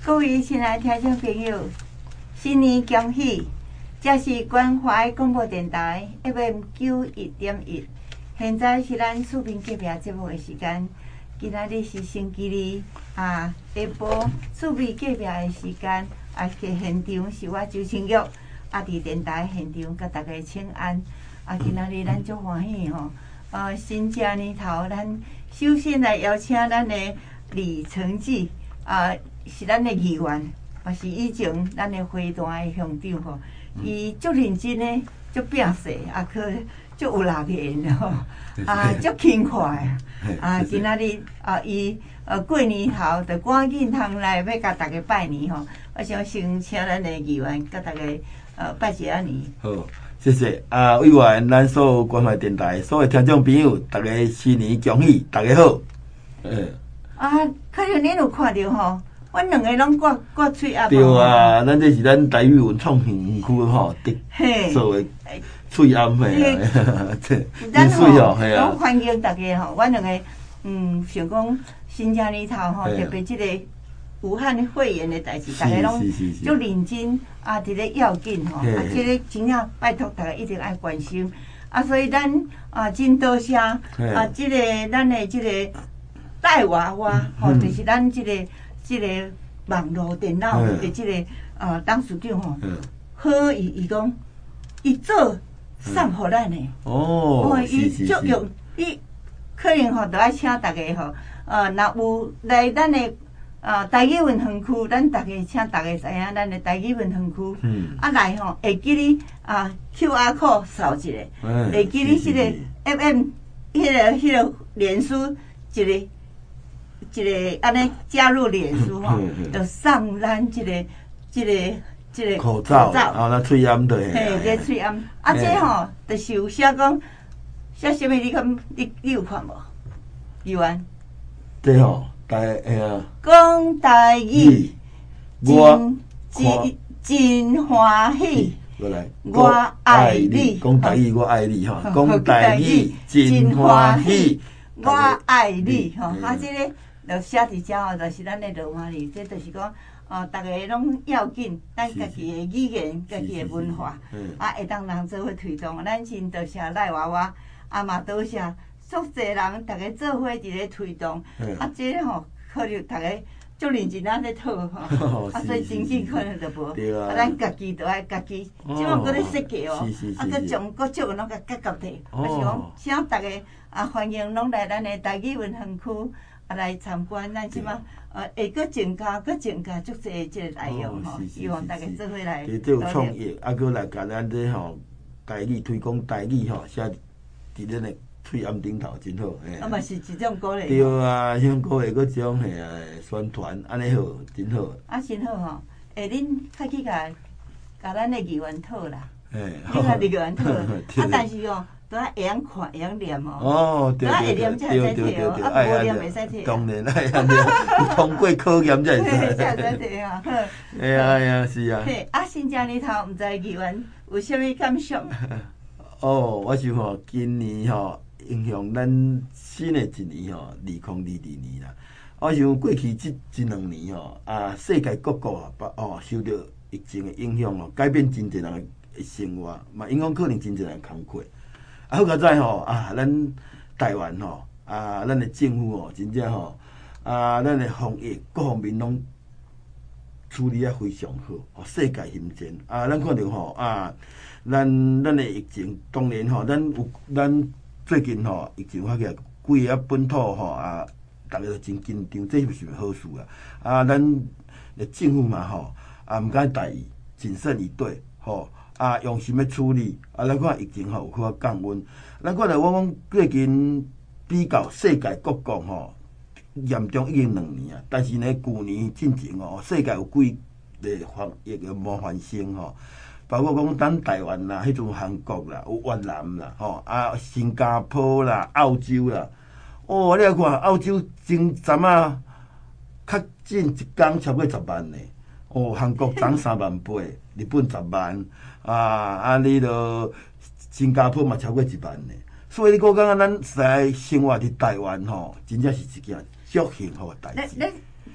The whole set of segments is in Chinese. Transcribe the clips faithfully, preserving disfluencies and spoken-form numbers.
各位亲爱的听众朋友，新年恭喜！这是关怀广播电台 F M 九一点一。现在是咱厝边隔壁节目的时间。今仔日是星期二啊，下晡厝边隔壁的时间啊，去现场是我周清玉啊，伫电台现场甲大家请安。啊，今仔日咱足欢喜吼！呃，新正年头，咱首先来邀请咱的李承志啊。是咱的议员，也是以前咱的花坛的乡长吼，伊足认真的，足拼势，啊，去足有力个吼，啊，足勤快啊！今仔日啊，伊呃过年头就赶紧通来要甲大家拜年吼，我想先请咱的议员甲大家呃拜一下年。 好，谢谢啊！委员，咱所有关怀电台所有听众朋友，大家新年恭喜，大家好。嗯。 啊，可能恁有看到吼。阮两个拢挂挂喙鸭。 对啊，咱这是咱台语文创园区吼，做的喙鸭嘿啊，真水哦，嘿啊。 拢欢迎大家吼，阮两个嗯，想讲新正年头吼，特别即个武汉肺炎的代志，大家拢足认真啊，伫咧要紧吼，啊，即个真正拜托大家一定爱关心啊，所以咱啊真多谢啊，即个咱的即个带娃娃吼，就是咱即个。即个网络电脑的即个呃董事长吼，好伊伊讲，伊做送互咱的哦，伊足用，伊可能吼，着爱请大家吼，呃，若有来咱的呃台语文园区，咱大家请大家知影咱的台语文园区，啊来吼会记哩啊 Q R code 扫一个，会记哩即个 F M 迄个迄个脸书一个。一个安尼加入脸书吼，就送咱即个、即个、即个口罩，啊，那喙烟对。 嘿，这喙烟，啊，这吼，就是有写讲写啥物？你看，你你有看无？议员。 这吼，台哎呀。 讲台语，真真真欢喜。 过来， 我爱你。 讲台语，我爱你吼。讲台语，真欢喜。 我爱你吼，啊，这个。就写伫遮吼，就是咱的罗马里，这就是讲，哦，逐个拢要紧，咱家己的语言、家己的文化，啊，会当人做伙推动。咱真多谢赖娃娃，啊嘛多谢足侪人，逐个做伙伫咧推动。啊，这吼可能逐个足认真啊咧讨吼，啊，所以经济可能就无。啊，咱家己就爱家己，即摆搁咧设计哦，啊，搁将搁少拢甲结合体。我是讲，请逐个啊欢迎拢来咱的台语文园区。啊，来参观，咱即马呃会搁增加，搁增加足侪即个内容吼，希望大家做伙来。 其实有创意，啊，搁来甲咱这吼台语推广台语吼，写伫咱的喙烟顶头真好。 啊，嘛是一种鼓励。 对啊，种鼓励搁种嘿啊宣传，安尼好，真好。 啊，真好吼！诶，恁较去甲甲咱的议员讨啦， 诶， 你甲议员讨，啊，但是哦。都爱会晓看，会晓念哦。 哦，对对对对对对对，哎呀，当然哎呀，通过考验才会使。 才会使摕啊。 哎呀哎呀，是啊。 嘿，啊，新正年头，毋知议员有啥物感想？ 哦，我想吼，今年吼影响咱新的一年吼，二零二二年啦。我想过去即即两年吼，啊，世界各国啊，哦，受到疫情的影响哦，改变真侪人的生活，嘛影响可能真侪人工课。啊，好佳哉吼啊！咱台湾吼啊，咱的政府吼，真正吼啊，咱的防疫各方面拢处理啊非常好，吼世界先进啊！咱看到吼啊，咱咱的疫情当然吼，咱有咱最近吼疫情发起来，几个本土吼啊，逐个都真紧张，这是好事啊！啊，咱的政府嘛吼啊，毋敢大意，谨慎以对，吼。啊，用心要处理啊！咱看疫情吼有较降温。咱看到我讲最近比较世界各国吼严重已经两年啊，但是呢，去年进前哦，世界有几个防疫个无发生吼，包括讲咱台湾啦、迄种韩国啦、有越南啦、吼啊新加坡啦、澳洲啦。哦，你来看澳洲前阵啊，确诊一天超过十万呢。哦，韩国涨三万八，日本十万。啊，啊，你落新加坡嘛超过一万呢，所以你讲讲咱实在生活伫台湾吼，真正是一件足幸福的代志。 咱咱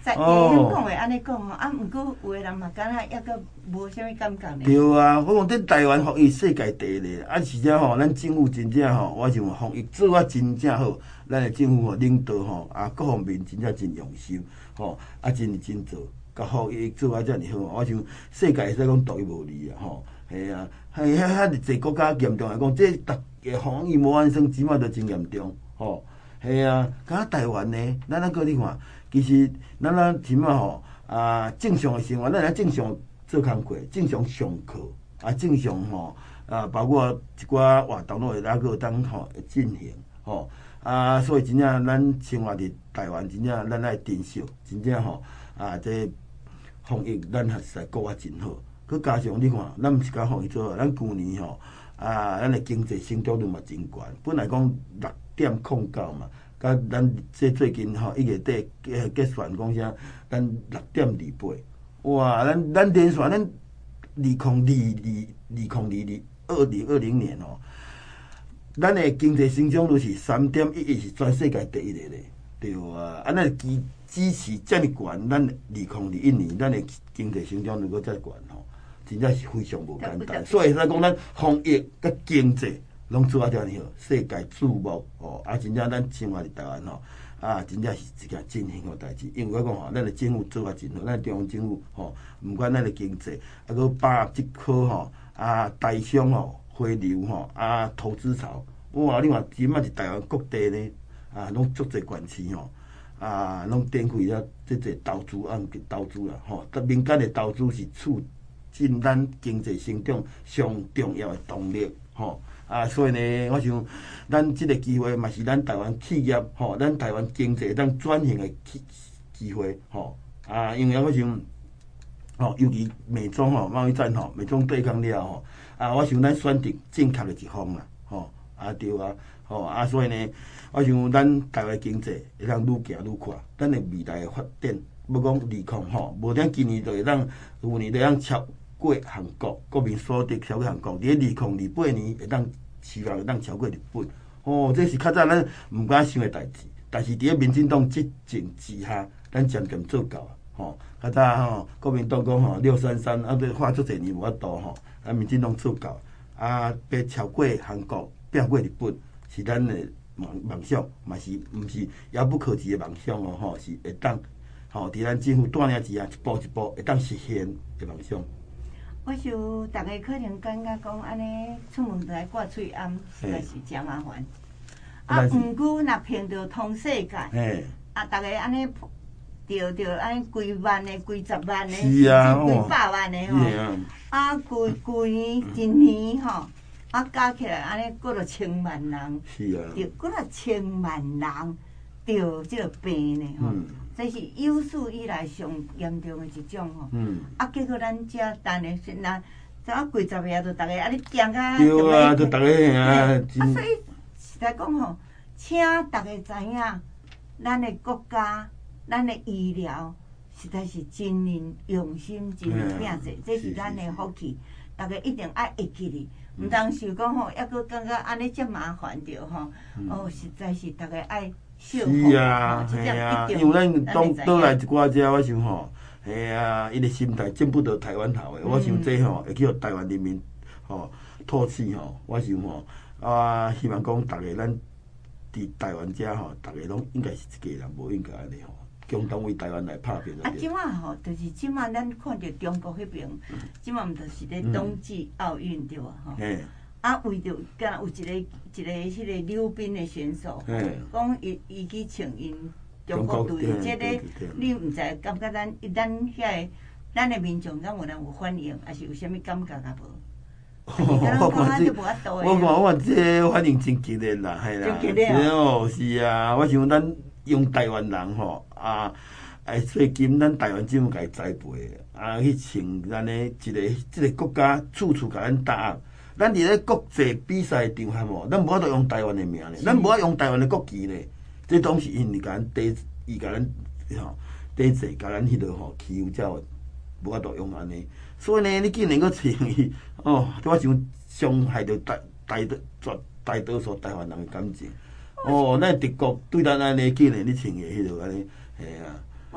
在会晓讲会安尼讲吼，啊，毋过有诶人嘛敢若抑阁无啥物感觉呢。 对啊，我讲伫台湾防疫世界第一咧，啊，而且吼，咱政府真正吼，我想防疫做啊真正好，咱诶政府吼领导吼啊各方面真正真用心吼，啊真真做，甲防疫做啊遮尔好，我想世界会使讲独一无二啊吼，系啊，遐遐遐侪国家严重来讲，这逐个防疫无安生，即码都真严重吼，系啊，敢若台湾呢，咱啊个你看。其实，咱啊，即码吼啊，正常诶生活，咱来正常做工课，正常上课，啊，正常吼啊，包括一寡活动都会哪个当吼会进行吼啊，所以真正咱生活伫台湾，真正咱爱珍惜，真正吼啊，这防疫咱还是顾啊真好。佮加上你看，咱毋是甲防疫做好，咱旧年吼啊，咱诶经济成长率嘛真悬，本来讲六点控九嘛。甲咱这最近吼一月底结结算讲啥，咱六点二八，哇！咱咱连续咱二零二二二零二二二零二零年吼，咱的经济成长率是三点一一，是全世界第一个咧，对啊！啊，咱支支持遮尔悬，咱二零二一年咱的经济成长率阁遮悬吼，真正是非常无简单。所以咱讲咱防疫甲经济。拢做啊遮尔好，世界注目哦！啊，真正咱生活伫台湾吼，啊，真正是一件真幸福代志。因为我讲吼，咱的政府做啊真好，咱中央政府吼，毋管咱的经济，啊，佮把握即颗吼啊，台商吼回流吼啊，投资潮，哇！你看，即摆伫台湾各地咧啊，拢足侪县市吼啊，拢展开了即个投资案嘅投资啦吼，甲民间的投资是促进咱经济成长上重要的动力吼。啊，所以呢，我想咱即个机会嘛是咱台湾企业吼，咱台湾经济当转型的机机会吼。啊，因为我想吼，尤其美中吼贸易战吼，美中对抗了吼，啊，我想咱选择正确的一方啦，吼，啊对啊，吼啊，所以呢，我想咱台湾经济会当愈行愈快，咱的未来的发展，要讲利空吼，无定今年就会当，有年就当超。过韩国国民所得超过韩国，伫咧二零二八年会当期望会当超过日本，哦，这是较早咱毋敢想诶代志，但是伫咧民进党执政之下，咱渐渐做到啊，吼，较早吼国民党讲吼六三三，啊，对，花足侪年无法度吼，啊，民进党做到，啊，要超过韩国，拼过日本，是咱诶梦梦想，嘛是毋是遥不可及诶梦想哦，吼，是会当，吼，伫咱政府带领之下，一步一步会当实现诶梦想。 我想，逐个可能感觉讲安尼出门就来挂喙暗，实在是真麻烦。啊，毋过若碰到通世界，啊，逐个安尼着着安尼几万的、几十万的，甚至几百万的吼。啊，规规年一年吼，啊加起来安尼过了千万人，着过了千万人着即个病呢吼。这是有史以来上严重的一种吼，嗯、啊，结果咱遮等的是那，怎啊几十个都逐个安尼惊甲， 对啊，都逐个啊， 啊，所以实在讲吼，请逐个知影，咱的国家、咱的医疗实在是真用用心、真拼者，这是咱的福气，逐个一定爱会记哩，毋当想讲吼，抑阁感觉安尼遮麻烦着吼，哦，实在是逐个爱。是啊，系啊，因为咱当倒来一寡遮，我想吼，系啊，伊个心态见不得台湾头诶，我想这吼会叫台湾人民吼唾弃吼，我想吼啊，希望讲逐个咱伫台湾遮吼，逐个拢应该是一家人，无应该安尼吼，共同为台湾来拍拼。 啊，即马吼，就是即马咱看着中国迄边，即马毋就是咧冬季奥运对无吼？啊，为着敢若有一个一个迄个溜冰的选手，讲伊伊去穿因中国队，即个你毋知感觉咱咱遐个咱的民众敢有人有反应，还是有啥物感觉啊无？我看这， 我看我这反应真激烈啦，系啦，是哦，是啊，我想咱用台湾人吼啊，哎，最近咱台湾政府甲伊栽培，啊，去请咱的一个即个国家处处甲咱答应。咱伫咧国际比赛场合吼，咱无法度用台湾的名咧，咱无法用台湾的国旗咧，这拢是因甲咱抵，伊甲咱吼抵制，甲咱迄落吼欺负才无法度用安尼。所以呢，你竟然搁穿伊，哦，我想伤害着大大多绝大多数台湾人的感情。哦，咱德国对咱安尼，竟然你穿个迄落安尼，系啊。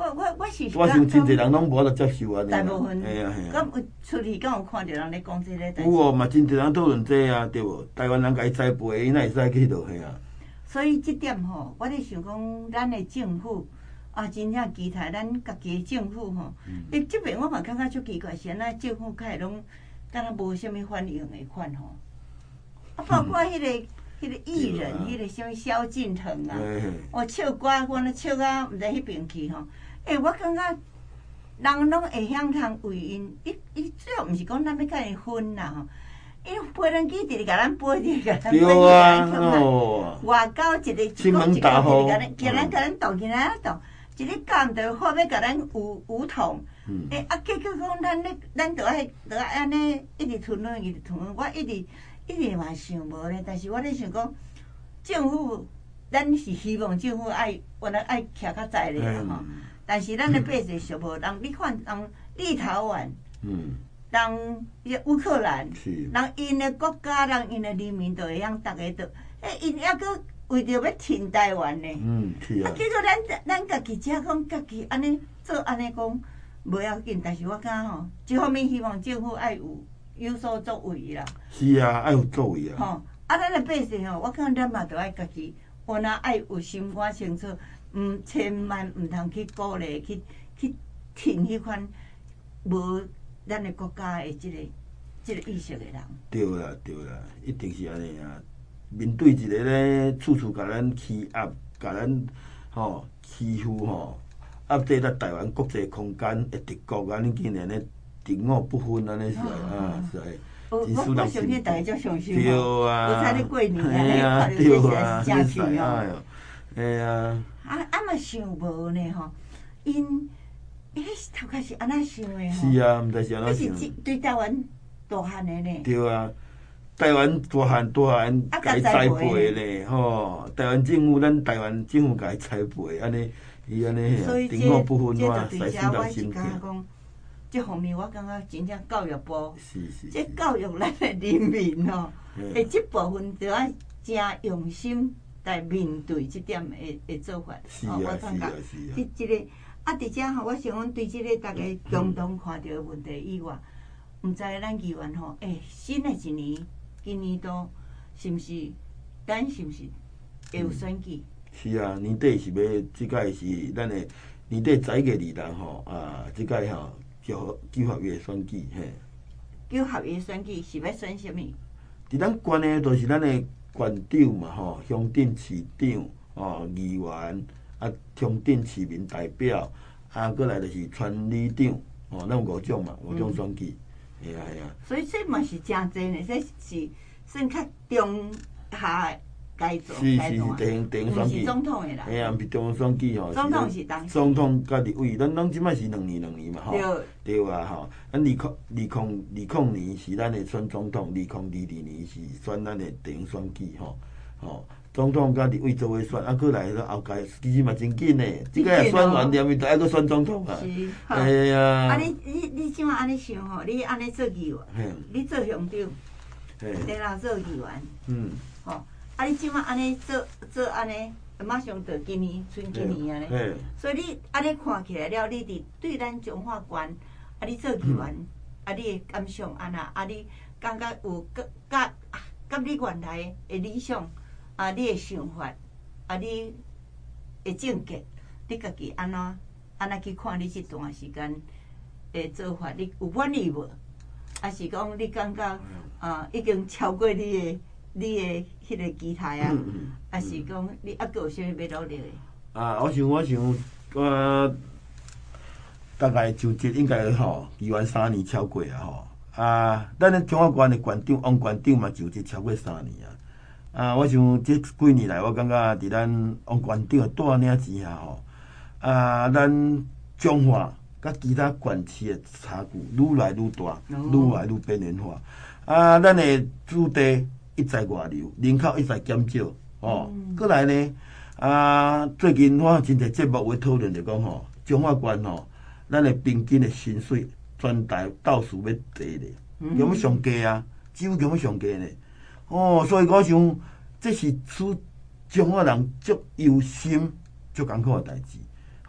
我我我是我想真侪人拢无法度接受安尼。 大部分。 系啊系啊。 咁有出去，敢有看到人咧讲这个代志？ 有哦，嘛真侪人讨论这啊，对无？台湾人家己栽培，伊哪会使去迄落去啊？ 所以即点吼，我咧想讲，咱的政府啊，真正期待咱家己的政府吼。诶，即边我嘛感觉足奇怪，是安那政府开拢敢若无啥物反应的款吼。啊，包括迄个、迄个艺人，迄个啥物萧敬腾啊，哦，唱歌我咧唱啊，毋知迄边去吼。诶，我感觉人拢会晓通为因，伊伊最后毋是讲咱要甲伊分啦吼。伊飞轮机直直甲咱飞，直直甲咱飞，直直甲咱哦，外交一个一个一个直直甲咱，叫咱甲咱动，叫咱动。一日干着好要甲咱有有痛，诶啊！结果讲咱咧，咱着爱着爱安尼一直吞落，一直吞落。我一直一直嘛想无咧，但是我咧想讲，政府咱是希望政府爱原来爱徛较在咧吼。但是咱咧百姓上无人，你看人立陶宛，人伊乌克兰，人因的国家，人因的人民都会晓逐个都，诶，因还阁。为着要挺台湾呢，嗯，是啊。啊，结果咱咱家己只讲家己安尼做安尼讲无要紧，但是我感吼，一方面希望政府爱有有所作为啦。 是啊，爱有作为啊。 吼，啊，咱的百姓吼，我感觉咱嘛着爱家己，原来爱有心肝清楚，毋千万毋通去鼓励去去挺迄款无咱的国家的即个即个意识的人。 对啦，对啦，一定是安尼啊。面对一个咧，处处甲咱欺压，甲咱吼欺负吼，压制咱台湾国际空间的敌国，安尼竟然咧敌我不分，安尼是啊，是诶， 真使人心。 对啊， 有才咧过年啊， 咧， 对啊， 真气哦。哎啊。 啊啊嘛想无呢吼，因迄头壳是安那想的吼。 是啊，毋知是安怎想。 那是对台湾大汉的呢。 对啊。台湾大汉大汉，家栽培咧，吼！台湾政府，咱台湾政府家栽培，安尼，伊安尼吓，敌我不分哇，使死人心痛。 这方面我感觉真正教育部， 是是这教育咱的人民吼，诶，这部分就要真用心来面对这点的的做法。 是啊是啊是啊。 这这个啊，而且吼，我想讲对这个大家共同看到的问题以外，毋知咱议员吼，诶，新的一年。今年度是毋是？咱是毋是会有选举？ 是啊，年底是要即届是咱的年底十一月二日吼啊，即届吼叫九合一选举嘿。 九合一选举是要选什么？ 伫咱县的都是咱的县长嘛吼，乡镇市长哦，议员啊，乡镇市民代表啊，过来就是村里长哦，咱有五种嘛，五种选举。系啊系啊， 所以这嘛是真济呢，这是算较中下阶段阶段，是是地方地方选举， 毋是总统的啦。 嘿啊，毋是中央选举吼， 总统是当总统甲立委，咱拢即摆是两年两年嘛吼。 对。 对啊吼，咱二零二零二零年是咱的选总统，二零二二年是选咱的地方选举吼吼。总统甲立委做伙选，啊，过来了后届其实嘛真紧诶，即个也选完了，咪就爱搁选总统啊。 是， 哎呀。 啊，你你你怎啊安尼想吼？你安尼做议员，你做乡长，然后做议员，嗯，吼，啊，你怎啊安尼做做安尼，马上到今年春今年安尼，所以你安尼看起来了，你伫对咱彰化县，啊，你做议员，啊，你的感想安那？啊，你感觉有甲甲甲你原来的理想？啊，你的想法，啊，你的政见，你家己安怎安怎去看你这段时间的做法？你有满意无？还是讲你感觉啊，已经超过你的你的迄个期待啊？还是讲你还阁有啥物要努力的？ 啊，我想我想我大概就职应该吼，议员三年超过啊吼。啊，咱咧彰化县的县长王县长嘛就职超过三年啊。啊，我想这几年来，我感觉伫咱王县长的带领之下吼，啊，咱彰化甲其他县市的差距愈来愈大，愈来愈边缘化。啊，咱的子弟一再外流，人口一再减少。哦，过来呢，啊，最近我真侪节目会讨论着讲吼，彰化县吼，咱的平均的薪水全台倒数要第咧，有要上低啊，几乎有要上低呢。哦，所以我想，这是使彰化人足忧心、足艰苦的代志。吼、哦，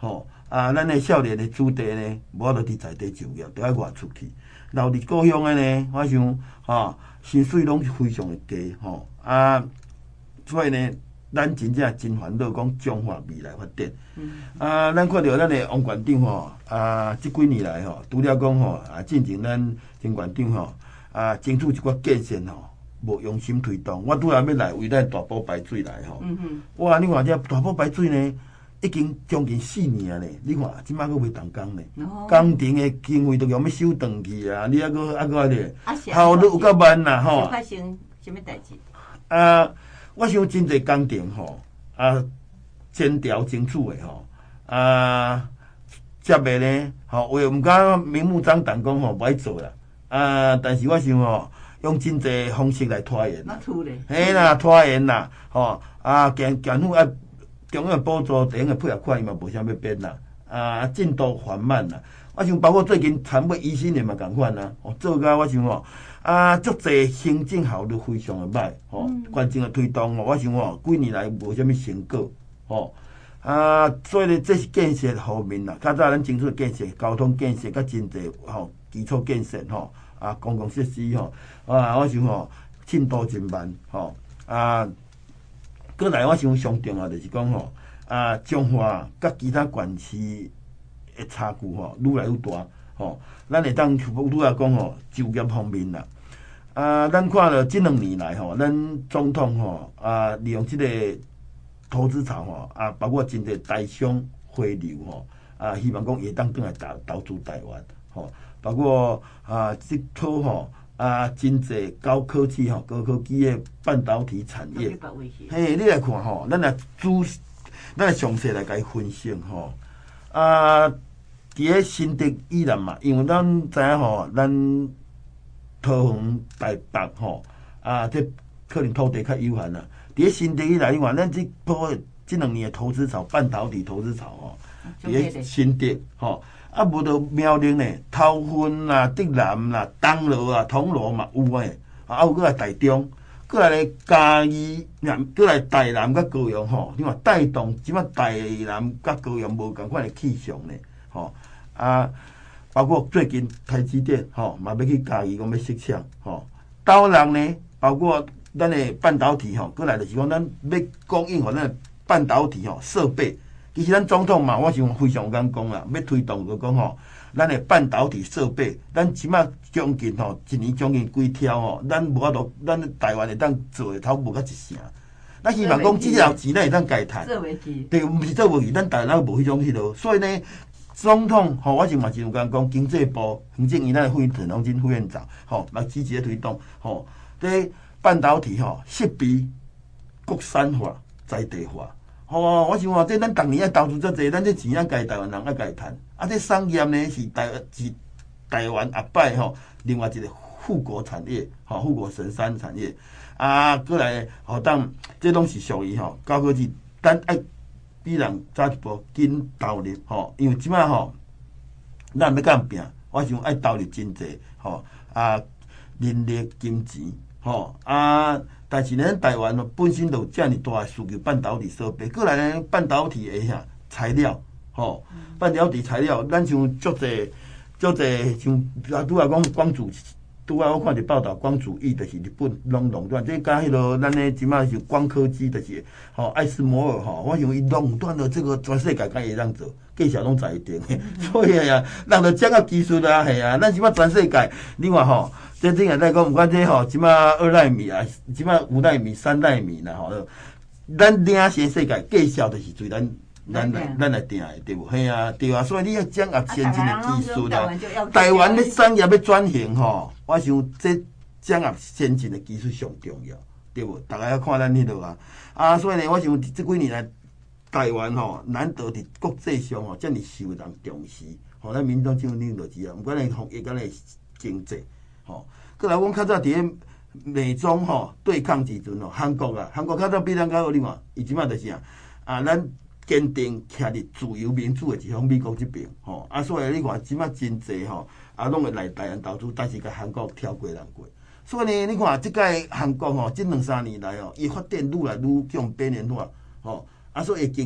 啊，咱的少年的子弟呢，无法度伫在地就业，都爱外出去。留伫故乡的呢，我想吼，薪水拢是非常的低吼。啊，所以呢，咱真正真烦恼讲中华未来发展。嗯、啊，咱看到咱的王县长吼，啊，即几年来吼，除了讲吼，啊，进前咱陈县长吼，啊，争取一寡建设吼，无用心推动。我拄仔要来为咱大埔排水来吼，嗯嗯哇，你看这大埔排水呢？已經將近四年啊咧，你看，即擺佫未動工咧，工程嘅經費都用要收斷去啊！你抑佫抑佫咧，效率有夠慢啦吼。 發生什麼代誌？ 啊，我想真濟工程吼，啊，前朝爭取嘅吼，啊，接嘅咧，吼，話毋敢明目張膽講吼，歹做啦。啊，但是我想吼，用真濟方式來拖延。 那拖咧？ 嘿啦，拖延啦，吼，啊，政政府啊。中央補助、地方嘅配合款，伊嘛無啥要變啦，啊，進度緩慢啦。我想包括最近產業醫生嘅嘛共款啦，哦，做甲我想吼，啊，足濟行政效率非常嘅歹，吼，關鍵嘅推動，我想吼，幾年來無啥物成果，吼，啊，所以咧，這是建設方面啦，較早咱爭取建設、交通建設，甲真濟吼基礎建設吼，啊，公共設施吼，啊，我想吼進度真慢，吼，啊。過來，我想上重要就是講吼，啊，彰化甲其他縣市的差距吼，愈來愈大吼。咱會當愈來講吼，就業方面啦，啊，咱看了這兩年來吼，咱總統吼啊，利用這個投資潮吼啊，包括真濟台商回流吼啊，希望講會當轉來投投資台灣吼，包括啊，這套吼。啊，真濟高科技吼、高科技嘅半導體產業，嘿，你來看吼，咱來主，咱來詳細來甲伊分析吼。啊，佇個新竹以南嘛，因為咱知影吼，咱桃園台北吼，啊，這可能土地較有限啦。佇個新竹以來，你看咱這波這兩年嘅投資潮，半導體投資潮吼，佇個新竹吼。啊，無到苗栗呢，頭份啦、竹南啦、東螺啊、銅鑼嘛有誒，啊，有擱來台中，擱來咧嘉義，擱來台南甲高雄吼，你看帶動即馬台南甲高雄無共款誒氣象呢，吼啊，包括最近台積電吼嘛要去嘉義講要設廠，吼，島人呢，包括咱誒半導體吼，擱來就是講咱要供應互咱半導體吼設備。其實咱總統嘛，我想非常有敢講啦，要推動就講吼，咱的半導體設備，咱起碼將近吼一年將近幾條吼，咱無法度，咱台灣會當做的頭無甲一成。咱希望講這條錢咱會當家賺，對，毋是做袂去，咱台灣無迄種迄落。所以呢，總統吼，我想嘛真有敢講，經濟部行政院咱的副院長陳榮金副院長吼，嘛積極推動吼，這半導體吼設備國產化、在地化。吼、哦，我想話，這咱逐年啊投資遮濟，咱這錢啊，家台灣人啊，家賺。啊，這產業呢是台是台灣後擺吼，另外一個護國產業，吼、哦、護國神山產業。啊，過來，吼、哦，當這攏是屬於吼高科技，咱愛比人早一步緊投入，吼、哦，因為即擺吼，咱要甲人拼，我想愛投入真濟，吼、哦，啊，人力金錢，吼、哦，啊。但是呢，台灣本身就有遮爾大嘅需求半導體設備，過來呢半導體嘅啥材料，吼、哦，半導體材料，咱像足濟足濟像啊，拄仔講光主，拄仔我看着報道，光主義就是日本攏壟斷，即甲迄落咱呢即馬是光科技，就是吼、哦、艾斯摩爾吼，我想伊壟斷了這個全世界，敢會當做，計數攏在定嘅，所以啊，人着掌握技術啊，係啊，咱即馬全世界，你看吼。這正係在講，毋管這吼，即馬二奈米啊，即馬五奈米、三奈米啦，吼，咱領先世界介紹就是隨咱咱來咱來定的，對無？係啊，對啊，所以你要掌握先進的技術啦。台灣的產業要轉型吼，我想這掌握先進的技術上重要，對無？大家要看咱迄落啊，啊，所以呢，我想這幾年來台灣吼，難得佇國際上吼，遮爾受人重視，吼，咱民眾進入領導之後，毋管係防疫，敢係經濟。吼，過來，阮較早佇個美中吼對抗時陣吼，韓國啊，韓國較早比咱較好，你看，伊即馬就是啊，啊，咱堅定徛佇自由民主的一方美國這邊，吼，啊，所以你看，即馬真濟吼，啊，攏會來台灣投資，但是甲韓國跳過人過，所以呢，你看，即個韓國吼，這兩三年來吼，伊發展愈來愈向邊緣化，吼，啊，所以經濟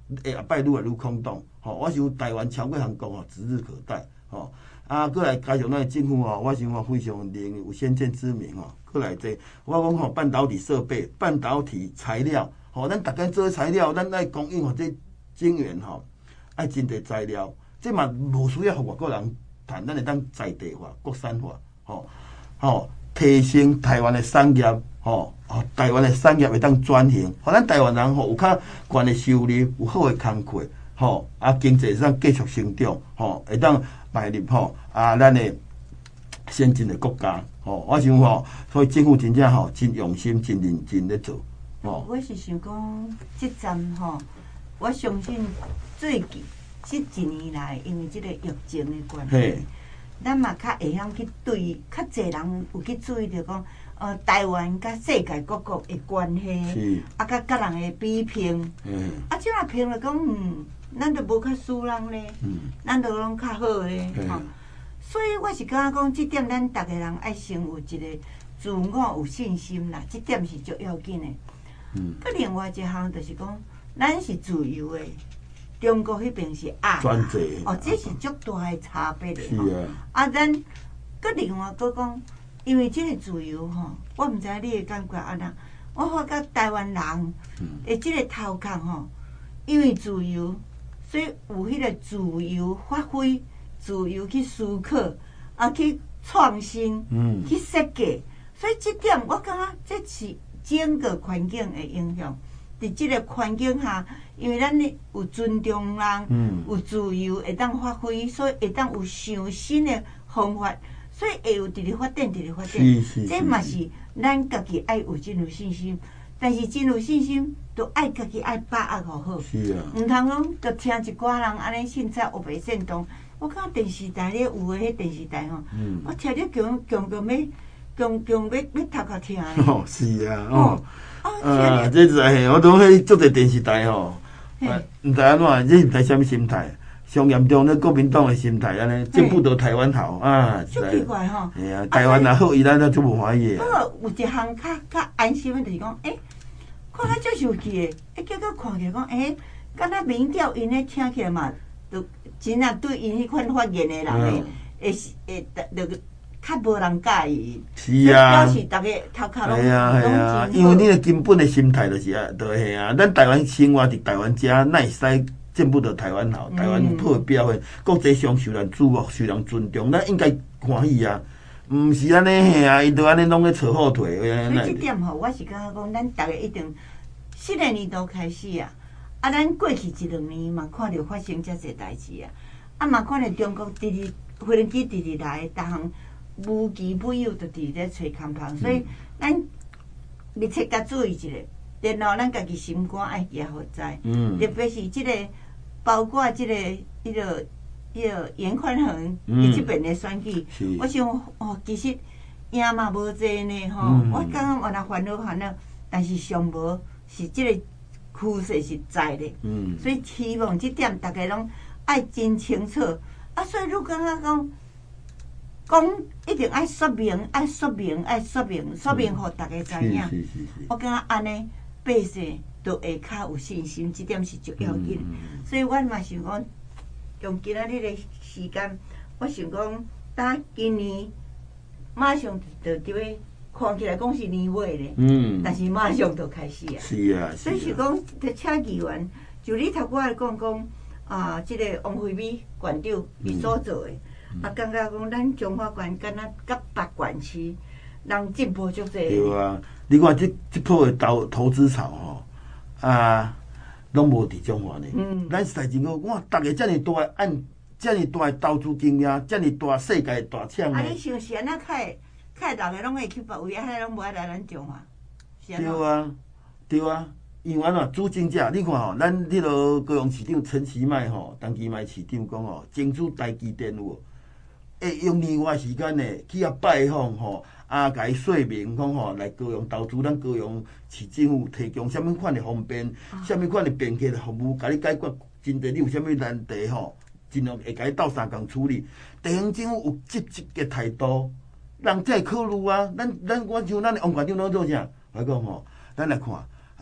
下摆愈来愈空洞。吼，我想台湾超过韩国吼，指日可待。吼，啊，过来加上咱政府吼，我想吼非常能有先见之明吼。过来这，我讲吼，半导体设备、半导体材料，吼，咱大家做材料，咱爱供应吼这晶圆吼，爱真侪材料，这嘛无需要互外国人谈，咱会当在地化、国产化，吼，吼，提升台湾的产业，吼，吼，台湾的产业会当转型，互咱台湾人吼有较悬的收入，有好的工课，吼，啊，经济上继续成长，吼，会当迈入吼啊，咱的先进的国家。哦，我想吼，所以政府真正吼真用心、真认真咧做。哦， 我是想讲，即站吼，我相信最近这一年来，因为即个疫情的关系，咱嘛较会晓去对较侪人有去注意到讲，呃，台湾甲世界各国的关系，啊，甲甲人的比拼，嗯，啊，即马评了讲，嗯，咱都无较输人咧，嗯，咱都拢较好咧，吼。所以我是感觉讲，即点咱逐个人爱先有一个自我有信心啦，即点是足要紧的。嗯。佮另外一项就是讲，咱是自由的，中国迄边是压。 专制。 哦，这是足大的差别的。 是啊。 啊，咱佮另外佮讲，因为即个自由吼，我毋知你的感觉安怎。我发觉台湾人的即个头壳吼，因为自由，所以有迄个自由发挥。自由去思考，啊，去创新，嗯、去设计，所以这点我感觉这是整个环境的影响。在这个环境下，因为咱有尊重人，嗯、有自由会当发挥，所以会当有想新的方法，所以会有直直发展，直直发展。这嘛是咱家己爱有真有信心，但是真有信心，都爱家己爱把握好。是啊。毋通讲，就听一寡人安尼凊彩黑白煽动。我看电视台咧有诶，迄电视台吼，嗯、我听着强强强要强强要要头壳听咧。 哦，是啊，哦，啊，这是嘿，我当迄做者电视台吼，毋知安怎，这毋知啥物心态，上严重咧国民党诶心态安尼，进不得台湾好啊， 足奇怪吼。 哎呀，台湾若好，伊咱都足无欢喜。 不过有一项较较安心诶，就是讲，诶，看较足受气诶，诶，结果看起来讲，诶，敢若民调因咧听起来嘛。就真正对因迄款发言的人诶，会是会着较无人介意。 是啊， 表示逐个头壳拢拢真。因为你的根本的心态就是啊，就系啊，咱台湾生活伫台湾遮，哪会使见不得台湾好？台湾有好表现，国际上受人注目，受人尊重，咱应该欢喜啊。毋是安尼嘿啊，伊都安尼拢咧扯后腿。所以这点吼，我是感觉讲，咱逐个一定新个年度开始啊。啊，咱过去一两年嘛，看到发生遮侪代志啊，啊嘛看到中国直直无人机直直来，逐项无奇不有，就直咧找空窗，所以咱密切甲注意一下，然后咱家己心肝爱记好在，嗯、特别是即、这个包括即、这个迄个迄个严宽恒伊即边的选举，嗯、我想哦，其实赢嘛无济呢吼，嗯、我感觉我若烦恼烦恼，但是上无是即、这个。趋势是在的，嗯、所以希望这点大家拢爱真清楚。啊，所以如果讲讲讲一定爱说明，爱说明，爱说明，说明互大家知影。我感觉安尼百姓都会较有信心，这点是最要紧。嗯、所以我嘛想讲，用今仔日的时间，我想讲，打今年马上就伫要。看起来讲是年尾咧，嗯，但是马上就开始啊。 是啊， 所以是讲，伫车议员，就你头我来讲讲啊，即、这个王惠美县长伊所做诶，嗯、啊，感觉讲咱中华县敢若甲别县市人进步足济。 对啊，你看即即波诶投投资潮吼，啊，拢无伫中华呢。嗯，咱实在真好，我逐个遮尔大按遮尔大诶投资经验，遮尔大世界大厂诶。 啊，你想是安怎开？开大个拢会去别位，遐拢无爱来咱中华。 对啊，对啊，因为安怎主政者，你看吼，咱迄落高雄市长陈其迈吼，当期迈市长讲吼，争取台积电有，会用另外时间呢去遐拜访吼，啊，甲伊说明讲吼，来高雄投资，咱高雄市政府提供啥物款的方便，啥物款的便捷服务，甲你解决真侪你有啥物难题吼，尽量会甲你斗相共处理。地方政府有积极的态度。人才会考虑啊！咱咱我像咱的王县长拢做啥？我讲吼，咱来看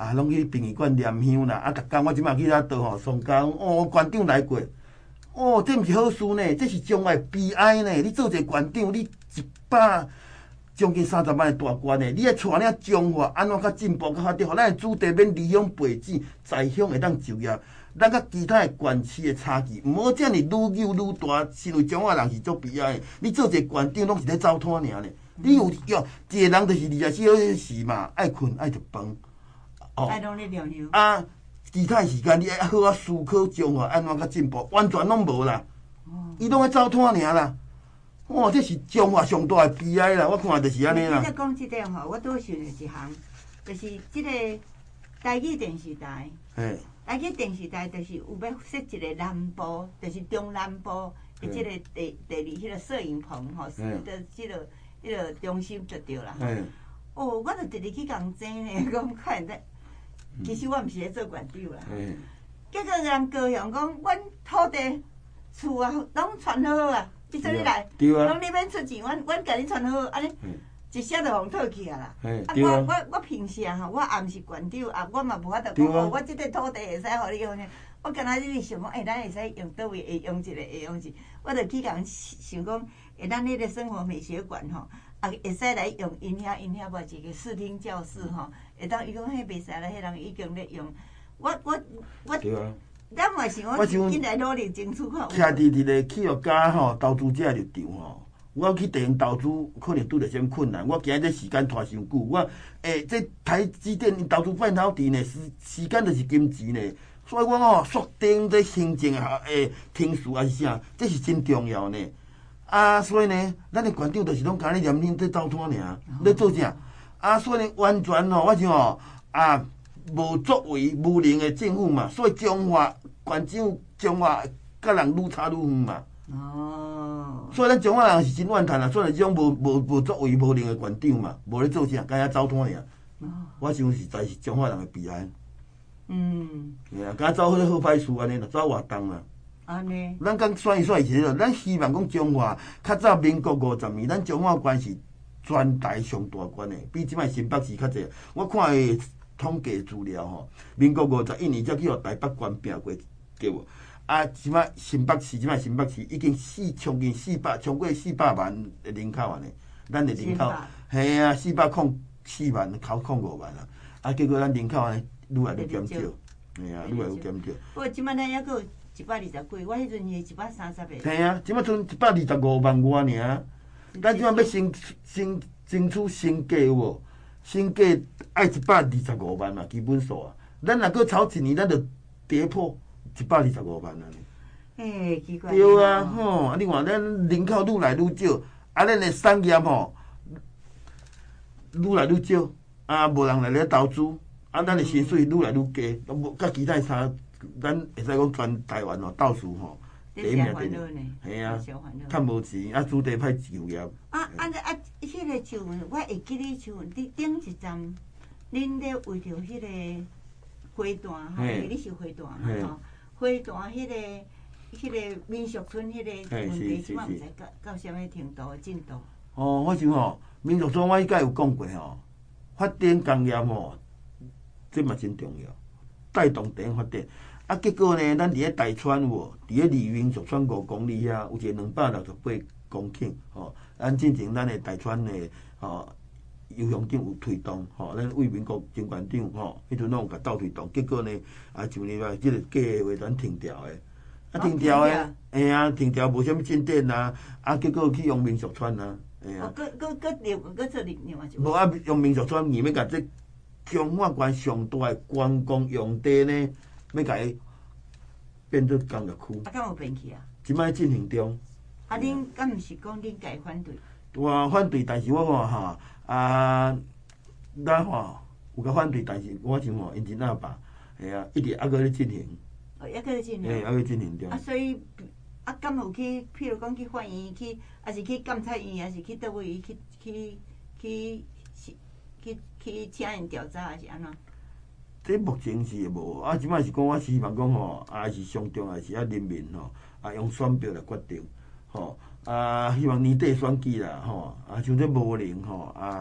啊，拢去殡仪馆念香啦，啊，逐工我即马去遐倒吼，送家哦，馆长来过，哦，这毋是好事呢，这是将来悲哀呢。你做一个馆长，你一百将近三十万的大官呢，你爱带领中华安怎较进步较好啲，互咱的子弟免离乡背井，在乡会当就业。咱甲其他的县市的差距，毋好遮尔愈扭愈大。身为中华人是足悲哀的，你做一个县长，拢是咧走摊尔呢。你有要一个人就是二十四小时嘛，爱困爱食饭。 哦，爱拢咧疗养。 啊，其他时间你爱好啊思考中华安怎较进步，完全拢无啦。哦。伊拢爱走摊尔啦。哇，这是中华上大的悲哀啦！我看就是安尼啦。 你咧讲即点吼，我拄想着一项，就是即个台语电视台。 嘿。 台语电视台就是有要设一个南部，就是中南部的即个第第二迄个摄影棚吼，是的即个迄个中心就对啦。哦，我就直直去共争呢，讲看得。其实我毋是咧做馆长啦。结果人高雄讲，阮土地厝啊，拢传好啊，你说你来，拢你免出钱，阮阮甲你传好，安尼。一下就互讨去啊啦！啊，我我我平时啊吼，我也毋是馆长，啊，我嘛无法度讲哦，我即块土地会使互你用呢。我敢若你想讲，诶，咱会使用倒位，会用一个，会用一，我就去共想讲，诶，咱迄个生活美学馆吼，啊，会使来用因遐因遐无一个视听教室吼，会当伊讲迄袂使啦，迄人已经咧用。我我我，咱嘛想讲，紧来努力争取看。 徛伫伫个企业家吼，投资者立场吼。我去地方投资，可能拄着啥物困难。我今日时间拖伤久，我诶、欸，这台积电投资半导体呢，时时间就是金钱呢。所以我吼锁定这行政啊，诶，听数还是啥，这是真重要呢。啊，所以呢，咱的馆长就是拢干咧念念在走摊尔，咧做啥？啊，所以呢，完全吼，我想吼啊，无作为无能的政府嘛。所以中华馆长，中华甲人愈差愈远嘛。哦，所以咱中华人是真怨叹啊！所以即种无无无作为无能的馆长嘛，无咧做啥，干遐走摊尔。哦，我想实在是中华人的悲哀。嗯，吓啊，干走迄个好歹事安尼，就走活动啦。安尼，咱讲选一选是咧，咱希望讲中华较早民国五十年，咱中华关系全台上大关的，比即摆新北市较济。我看诶统计资料吼，民国五十一年才去互台北关并过，对无？啊，即摆新北市，即摆新北市已经四将近四百，超过四百万的人口安尼，咱的人口，系啊，四百空四万，口空五万啊。啊，结果咱人口安尼愈来愈减少，系啊，愈来愈减少。 不过即摆咱还佫一百二十几，我迄阵是一百三十个。 系啊，即摆剩一百二十五万外尔。咱即摆要先先争取升价有无？升价爱一百二十五万嘛，基本数啊。咱若佫超一年，咱就跌破。一百二十五万啊！ 诶，奇怪。 对啊，吼、啊！你看咱人口愈来愈少，啊，咱的产业吼愈来愈少，啊，无人来咧投资，啊，咱的薪水愈来愈低，都无甲其他差，咱会使讲全台湾吼倒数吼第一名第二， 系啊，趁无钱，啊，子弟歹就业。 啊，啊，啊，迄个像我会记咧像伫顶一站，恁咧为着迄个花旦吼，你是花旦嘛吼？花旦迄个、迄个民俗村迄个问题，即摆毋知到到啥物程度进度。 哦，我想吼，民俗村我伊甲有讲过吼，发展工业吼，这嘛真重要，带动地方发展。啊，结果呢，咱伫咧大川有无？伫咧离民俗村五公里遐，有一个两百六十八公顷吼。咱进前咱的大川的吼，游乡长有推动吼，咱为民国前馆长吼，迄阵拢有甲斗推动，结果呢，啊，就呢话，即个计划全停掉诶。啊，停掉诶，嘿啊，停掉无啥物进展啊，啊，结果去用民俗村啊，嘿啊。 哦，搁搁搁另搁做另另外一。 无啊，用民俗村，硬要甲这中华关上大诶观光用地呢，要甲伊变做工业区。 啊，敢有变去啊？ 即摆进行中。 啊，恁敢毋是讲恁家反对？ 我反对，但是我看哈啊，咱吼有甲反对，但是我想吼，因真阿爸，系啊，一直还搁咧进行。 哦，还搁咧进行。 诶，还搁进行中。 啊，所以啊，敢有去，譬如讲去法院去，还是去监察院，还是去倒位去去去去去去请因调查，还是安怎？ 这目前是无，啊，即摆是讲我希望讲吼，啊是上重要是啊人民吼，啊用选票来决定，吼，啊希望年底选举啦，吼，啊像这无能吼，啊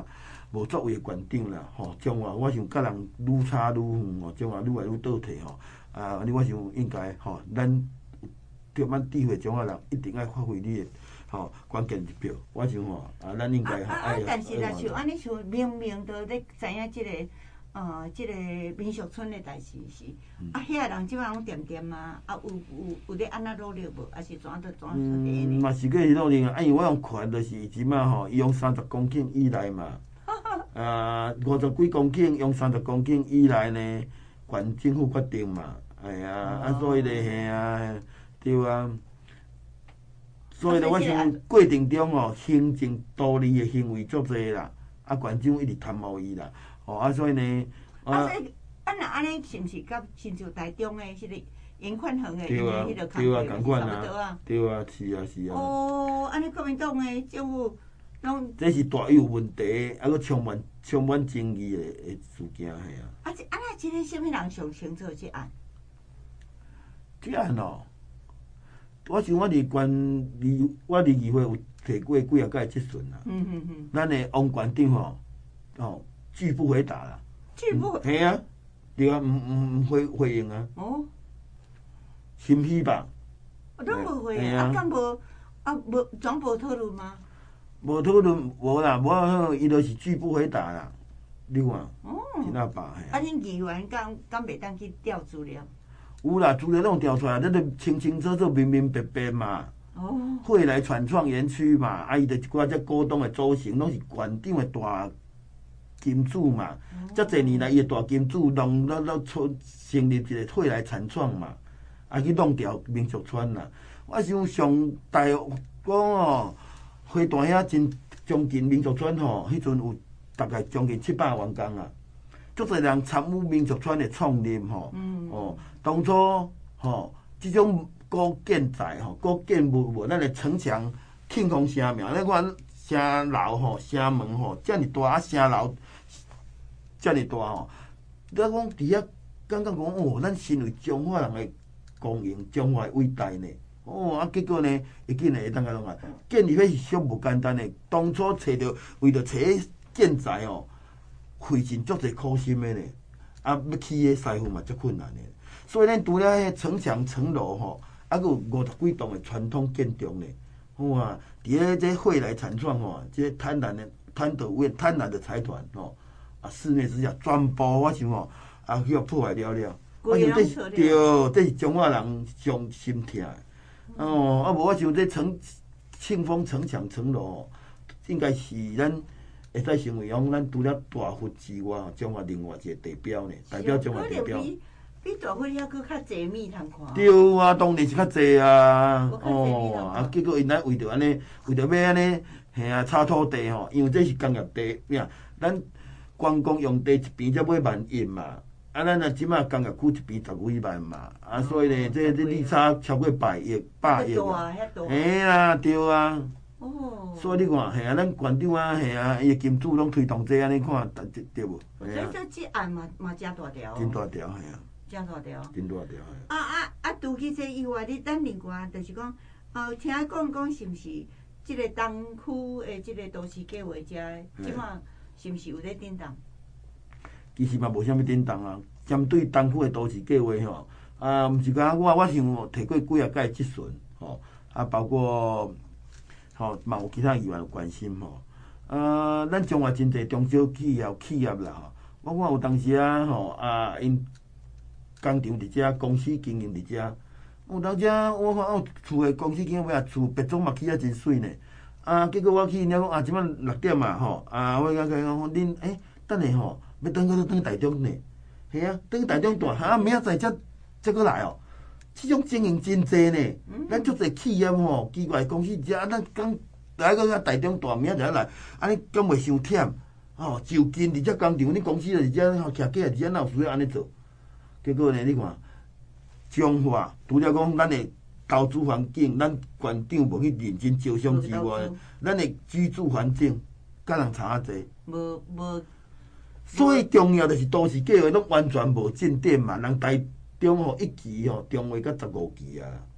无作为馆长啦，吼，将来我想甲人愈差愈远吼，将来愈来愈倒退吼。啊，安尼我想应该吼，咱着咱智慧中的人一定爱发挥你的吼关键一票。我想吼，啊，咱应该吼爱。啊啊！但是若像安尼像明明都咧知影即个呃即个民俗村的代志是，啊，遐人即摆拢掂掂啊，啊有有有咧安怎努力无？还是怎都怎出底呢？ 嘛是个是努力啊，因为我用看就是即摆吼，伊用三十公顷以内嘛。啊，五十几公顷，用三十公顷以内呢，县政府决定嘛，哎呀，啊，所以咧，嘿啊，对啊，所以咧，我想过程中吼，行政独立的行为足侪啦，啊，县政府一直贪污伊啦，哦，啊，所以呢， 啊，所以啊，若安尼是毋是甲亲像台中的迄个严宽恒的对啊，对啊，共款啊，对啊，是啊，是啊。 哦，安尼国民党的政府。 这是大有问题，还佫充满充满争议的的事件，系啊。 啊，这啊那今天什么人上清楚这案？ 这案哦，我想我伫县离我离议会有提过几啊届质询啦。嗯嗯嗯。咱的王县长吼，哦，拒不回答啦。 拒不。 系啊，对啊，毋毋毋回回应啊。哦。心虚吧？ 拢无回应，啊，敢无啊无总无讨论吗？ 无讨论，无啦，无好，伊就是拒不回答啦。你看，真阿爸嘿。 啊，恁议员敢敢袂当去调资料？ 有啦，资料拢调出来，咱都清清楚楚、明明白白嘛。哦。会来产创园区嘛，啊，伊就一寡只股东的组成，拢是县长的大金主嘛。遮侪年来，伊的大金主弄弄弄出成立一个会来产创嘛，啊，去弄掉民俗村啦。我想上大讲哦。花大遐真将近民俗村吼，迄阵有大概将近七百员工啊，足侪人参与民俗村的创立吼。嗯。哦，当初吼，即种古建材吼、古建物物，咱的城墙庆丰声名，咱看城楼吼、城门吼，遮尔大啊，城楼遮尔大吼，咱讲伫遐感觉讲哦，咱身为中华人的光荣，中华的伟大呢。哦，啊，结果呢，会紧会当甲弄啊，建立迄是俗无简单的。当初找着为着找建材哦，费尽足侪苦心的呢。啊，要起迄师傅嘛，足困难的。所以咱除了迄城墙、城楼吼，啊，佫有五十几栋的传统建筑呢。哇，伫咧这会来产创吼，这贪婪的贪得无厌、贪婪的财团吼，啊，肆虐之下，全部我想吼，啊，去互破坏了了。我想这是对，这是中华人上心痛的。哦，啊无我想这城庆丰城墙城楼，应该是咱会使成为讲咱除了大佛之外，中华另外一个地标呢，代表中华地标。 比大佛遐佫较济物通看。 对啊，当然是较济啊。哦，啊，结果因咱为着安尼，为着要安尼，嘿啊，炒土地吼，因为这是工业地，呀，咱观光用地一边才买万亿嘛。啊，咱啊，即马工业区一边十几万嘛，啊，所以呢，这这利差超过百亿、百亿啊，嘿啦，对啊。哦。所以你看，嘿啊，咱县长啊，嘿啊，伊个金主拢推动这安尼看，对对无？ 所以说，这案嘛嘛真大条。 真大条，嘿啊。 真大条。 真大条，嘿。 啊啊啊！除去这以外，你咱另外就是讲，呃，听讲讲是毋是？即个东区的即个都市计划遮，即马是毋是有咧震动？ 其实嘛无啥物震动啊，针对东区的都市计划吼，啊，毋是讲我我想提过几啊届质询吼，啊，包括吼嘛有其他议员有关心吼，啊，咱中华真侪中小企业企业啦吼，我看有当时啊吼啊因工厂伫遮，公司经营伫遮，有当遮我看哦厝的公司经营尾啊厝别种嘛起啊真水呢，啊，结果我去因遐讲啊，即摆六点啊吼，啊，我甲讲讲恁诶，等下吼。要等到等台中呢，系啊，等台中大哈，明仔载才才过来哦。这种经营真济呢，咱足侪企业吼，奇怪公司遮，咱讲来个台中大，明仔载来，安尼敢袂伤忝？哦，就近伫遮工厂，恁公司伫遮吼，徛起来伫遮，哪有需要安尼做？结果呢，你看，彰化除了讲咱的投资环境，咱县长无去认真招商之外，咱的居住环境，甲人差啊济。 无无。 最重要就是都市计划拢完全无进展嘛，人台中吼一期吼，中划到十五期啊，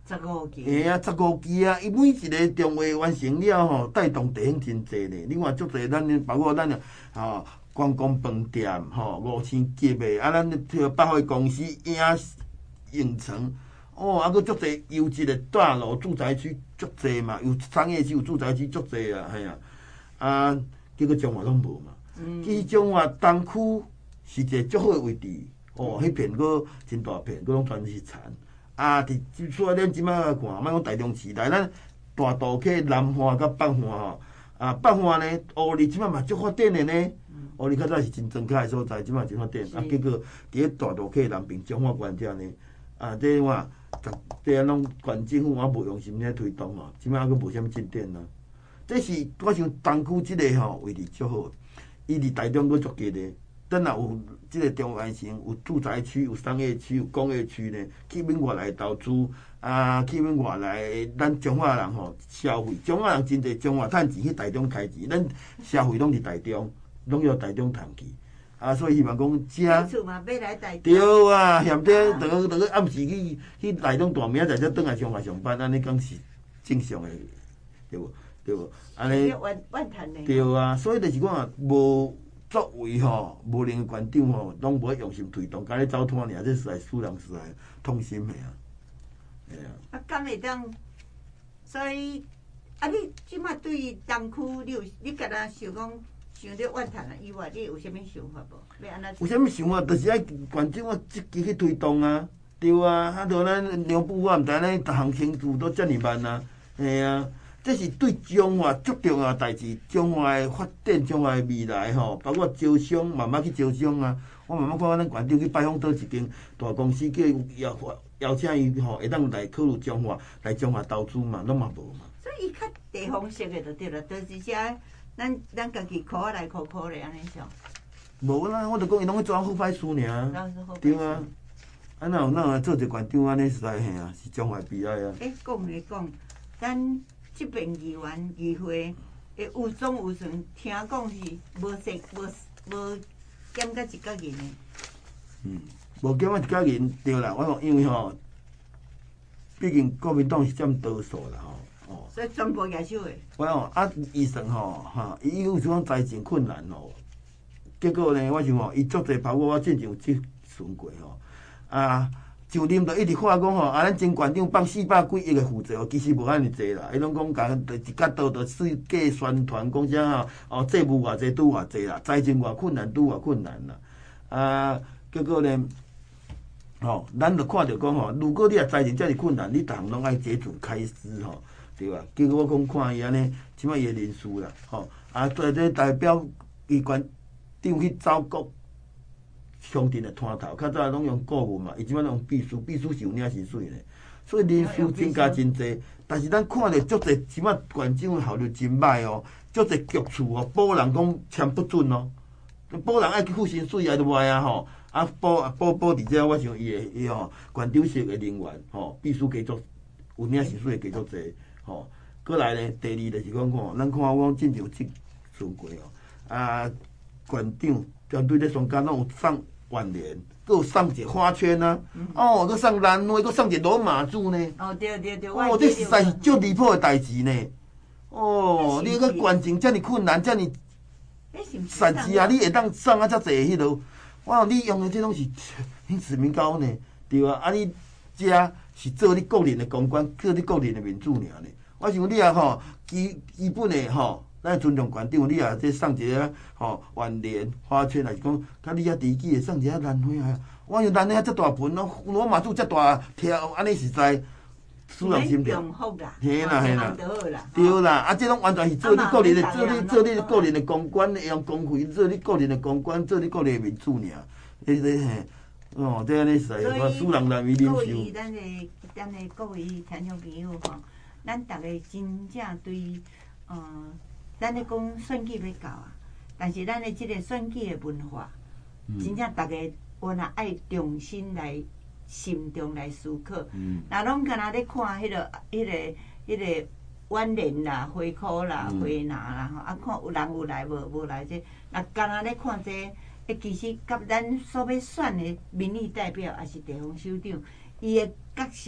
十五支。 嘿啊，十五支啊！伊每一个中华完成了吼，带动地方真济咧。你看足济，咱包括咱吼观光饭店吼，五星级的啊，咱迄百货公司、影影城，哦，啊，佫足济优质的大楼、住宅区足济嘛，有商业区、有住宅区足济啊，嘿啊，啊，结果中华拢无嘛。嗯。其实中华东区是一个足好的位置，哦，迄片佫真大片，佫拢全是田。啊，伫所以咱即摆看，莫讲台中市内，咱大都去南华甲北华吼，啊，北华呢，湖里即摆嘛足发展的呢。湖里较早是真庄脚的所在，即摆真发展。啊，结果伫咧大都去南边彰化县遮呢，啊，这我这啊拢县政府也无用心咧推动哦，即摆还佫无啥物进展啊。这是我想东区即个吼位置足好，伊离台中佫足近的。咱若有即个中环城，有住宅区、有商业区、有工业区呢，去免外来投资啊，去免外来咱彰化人吼消费，彰化人真侪彰化趁钱去台中开钱，咱消费拢伫台中，拢要台中趁去。啊，所以希望讲遮。厝嘛要来台中。对啊，嫌得等个等个暗时去去台中大名，在遮转来彰化上班，安尼讲是正常的，对无？对无？安尼。对啊，所以就是讲啊，无。作为吼无能的县长吼，拢无用心推动，家咧走摊尔，这实在使人实在痛心的啊！哎呀， 啊，敢会当？所以啊，你即摆对东区，你有你敢若想讲想着怨叹啊以外，你有啥物想法无？要安怎？ 有啥物想法？就是爱县长啊积极去推动啊，对啊，啊，着咱两部我毋知影，逐项程度都遮尔慢啊，嘿啊。这是对彰化足重要的代志，彰化的发展，彰化的未来吼，包括招商，慢慢去招商啊。我慢慢看看咱县长去拜访倒一间大公司，叫伊邀邀请伊吼，会当来考虑彰化，来彰化投资嘛，拢嘛无嘛。 所以伊较地方式的就对了，就是遮咱咱家己考来考考咧安尼上。 无啦，我著讲伊拢去做好歹事尔，对啊。啊，哪有哪有做一个县长安尼实在嘿啊，是彰化悲哀啊。 诶，讲咧讲，咱。即边议员议会的有总有权，听讲是无设无无减甲一角人的。 嗯，无减啊一角人对啦，我讲因为吼，毕竟国民党是占多数啦吼。 哦。所以全部举手的。 我讲啊，医生吼哈，伊有时讲财政困难吼，结果呢，我想吼，伊足侪包括我之前有咨询过吼，啊。上林就一直话讲吼，啊，咱前县长放四百几亿的负债，其实无安尼济啦。伊拢讲甲一角度着世界宣传讲啥吼，哦，债务偌济拄偌济啦，财政偌困难拄偌困难啦。啊，结果呢，吼，咱着看着讲吼，如果你啊财政遮尔困难，你逐项拢爱节省开支吼，对吧？结果我讲看伊安尼，即摆伊的人事啦，吼，啊，做这代表伊县长去走国。乡镇的摊头，较早拢用顾问嘛，伊即摆用秘书，秘书是有领薪水咧，所以人数增加真济。但是咱看着足济，即摆县长的效率真歹哦，足济局处哦，保人讲签不准哦，保人爱去付薪水啊，就歹啊吼，啊保保保伫遮，我想伊的伊吼县长室的人员吼，秘书加足有领薪水的加足济吼。过来呢，第二就是讲看，咱看我讲正常即顺过哦，啊县长针对咧双甲拢有送。万联，佮有送一个花圈啊，嗯、哦，佮送兰花，佮送一个罗马柱呢。 哦，对对对， 哦，这实在是足离谱的代志呢。哦，你个县情遮尔困难，遮尔善事啊，你会当送啊遮济迄落，哇，你用的这拢是你市民高呢，对啊，啊你遮是做你个人的公关，做你个人的面子尔呢。我想你啊吼，基基本的吼。咱尊重县长，你也即送一个吼万联花圈，还是讲，甲你遐地基的送一个兰花啊？我用兰花遮大盆，罗马柱遮大条，安尼实在使人心疼。嘿啦嘿啦，对啦，啊，这拢完全是做你个人的，做你做你个人的公关，用公费做你个人的公关，做你个人的面子尔。迄个嘿，哦，这安尼实在使人难以忍受。 各位咱的咱的各位听众朋友吼，咱逐个真正对，嗯。咱咧讲选举要到啊，但是咱的即个选举的文化，嗯、真正大家原来爱重新来慎重来思考。嗯，若拢干那咧看迄、那个、迄、那个、迄个万联啦、花科啦、花拿啦，吼、嗯，啊看有人有来无无来这，若干那咧看这，诶，其实甲咱所要选的民意代表，也是地方首长，伊的角色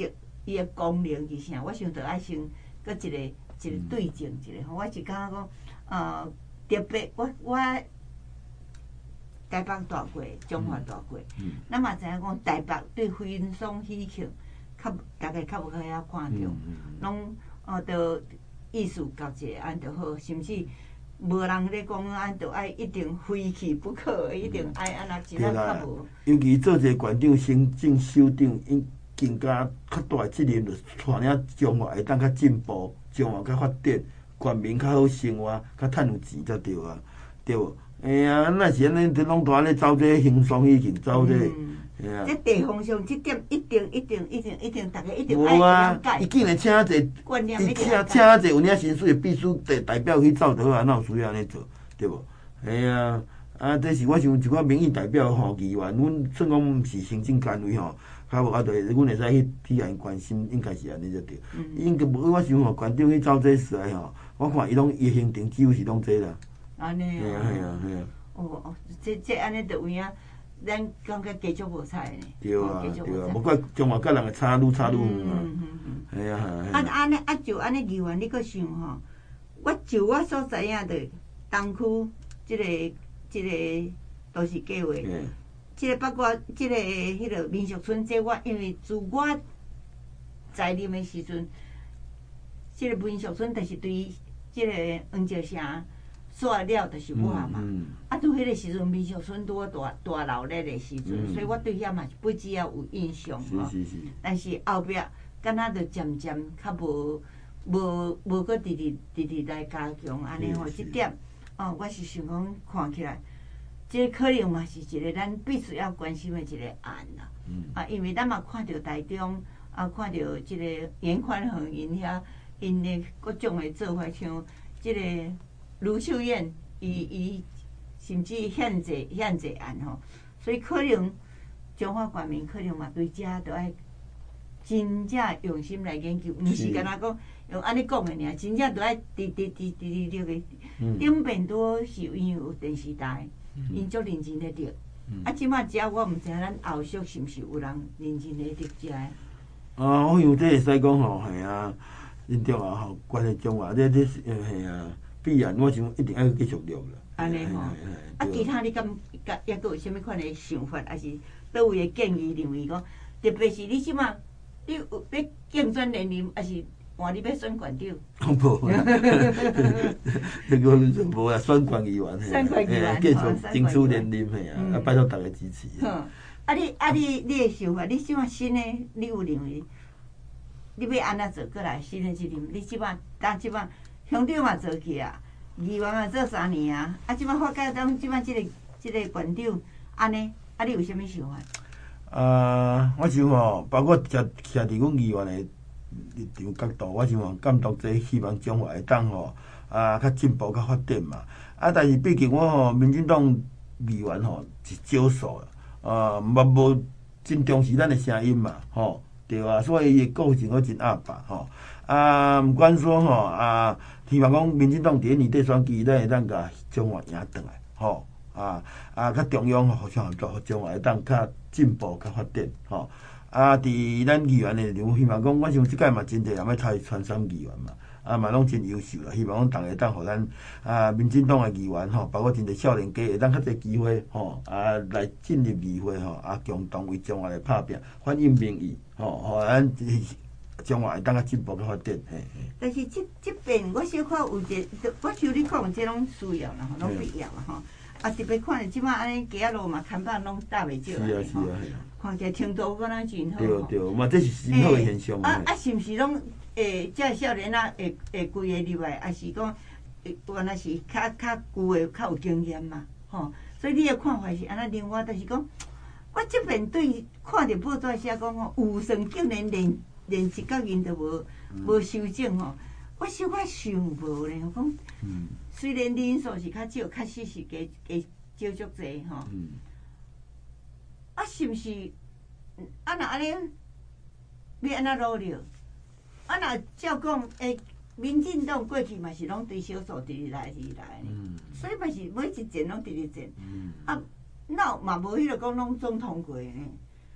伊的功能是啥？我想着爱先搁一个一个对证一下吼。我是感觉讲，呃，特别我我台北住过，中华住过，咱嘛知影讲台北对婚丧喜庆，较大概较无去遐看着，拢呃，着意思交一下安就好，甚至。无人咧讲，安着爱一定非去不可，一定爱安那一咱较无。 尤其做一个县长、行政首长，应更加较大的责任，就带领中华会当较进步，中华较发展，全民较好生活，较趁有钱才对啊，对无？哎呀，那是安尼，都拢大咧走这轻松已经走这。 哎呀，这地方上这点一定一定一定一定，大家一定爱了解。 伊竟然请一个，伊请请一个有领薪水的秘书代代表去走就好啊，哪有需要安尼做，对无？哎呀，啊，这是我想一个民意代表吼，议员，阮算讲毋是行政单位吼，较无啊，就阮会使去体现关心，应该是安尼才对。应该无，我想吼，县长去走这事来吼，我看伊拢伊行程几乎是拢这啦。 安尼啊。 系啊系啊系啊。 哦哦，这这安尼就有影。咱感觉家足无彩呢。 对啊，对啊，无怪中华甲人个差愈差愈远啊。 嗯嗯嗯。 系啊系啊。啊安尼啊就安尼议员，你搁想吼？我就我所知影的，东区即个即个都市计划，即个包括即个迄个民俗村，这我因为自我在任的时阵，即个民俗村就是对即个黄石城。煞了就是我嘛，嗯嗯、啊，拄迄个时阵，民俗村拄大大闹热的时阵，嗯、所以我对遐嘛是不只要有印象吼。是是是。但是后壁，敢若着渐渐较无无无搁直直直直来加强安尼吼，即点哦，我是想讲看起来，即、这个可能嘛是一个咱必须要关心的一个案啦。嗯、啊，因为咱嘛看到台中啊，看到即个严宽恒因遐因的各种的做法，像即、这个。卢秀燕，伊伊甚至限制限制案吼，所以可能中华县民可能嘛对遮都爱真正用心来研究，毋是干那讲用安尼讲的尔，真正都爱滴滴滴滴滴滴个。顶边多是因有电视台，因足认真咧录。啊，即马遮我毋知影咱后续是毋是有人认真咧录遮。 啊，我想这会使讲吼，系啊，因着啊吼，关系中华这这是系啊。必然，我想一定要继续录啦。 安尼吼，啊，其他你敢敢抑阁有啥物款的想法，还是倒位的建议？认为讲，特别是你即马，你有要竞选连任，还是换你要选县长？ 无啦，这个无啦，选县议员， 选县议员， 继续争取连任嘿啊！啊，拜托大家支持。 好，啊你啊你你的想法，你即马新的，你有认为你要安怎做过来新的一任？你即马当即马。乡长嘛做去啊，议员嘛做三年啊，啊，即摆发觉当即摆即个即个县长安尼，啊，你有啥物想法？ 啊，我想吼，包括徛徛伫阮议员的立场角度，我想讲监督这希望中华会当吼啊较进步、较发展嘛。啊，但是毕竟我吼民进党议员吼是少数的，啊，嘛无真重视咱的声音嘛，吼，对啊，所以伊个性我真压迫吼。啊，毋管说吼啊，希望讲民进党伫年底选举，咱会当甲中华赢转来，吼啊啊，较中央吼互相合作，互中华会当较进步、较发展，吼啊，伫咱议员的场，希望讲，我想即届嘛真侪人要参参选议员嘛，啊嘛拢真优秀啦，希望讲逐个当互咱啊民进党的议员吼，包括真侪少年家会当较侪机会吼啊来进入议会吼啊，共同为中华来拍拼，反映民意，吼互咱。中华会当较进步、较发展，嘿嘿。 但是即即边我小看有一个，我像你讲即种需要啦，吼，拢必要啦，吼。啊，特别看即摆安尼街仔路嘛，看板拢搭袂少啊， 是啊是啊是啊。 看起来程度敢若真好。 对对，嘛这是真好的现象。 啊啊，是毋是拢诶，即少年仔会会规个入来，还是讲原来是较较旧的、较有经验嘛，吼。所以你的看法是安尼，另外就是讲，我即边对看着报纸写讲吼，有算竟然连。连一角因都无无修正吼，我小可想无咧，讲虽然人数是较少，确实是加加少足济吼。啊，是毋是？啊，若安尼要安怎努力？啊，若照讲，诶，民进党过去嘛是拢对少数直直来直直来呢，所以嘛是每一阵拢直直阵。啊，那嘛无迄个讲拢总通过呢。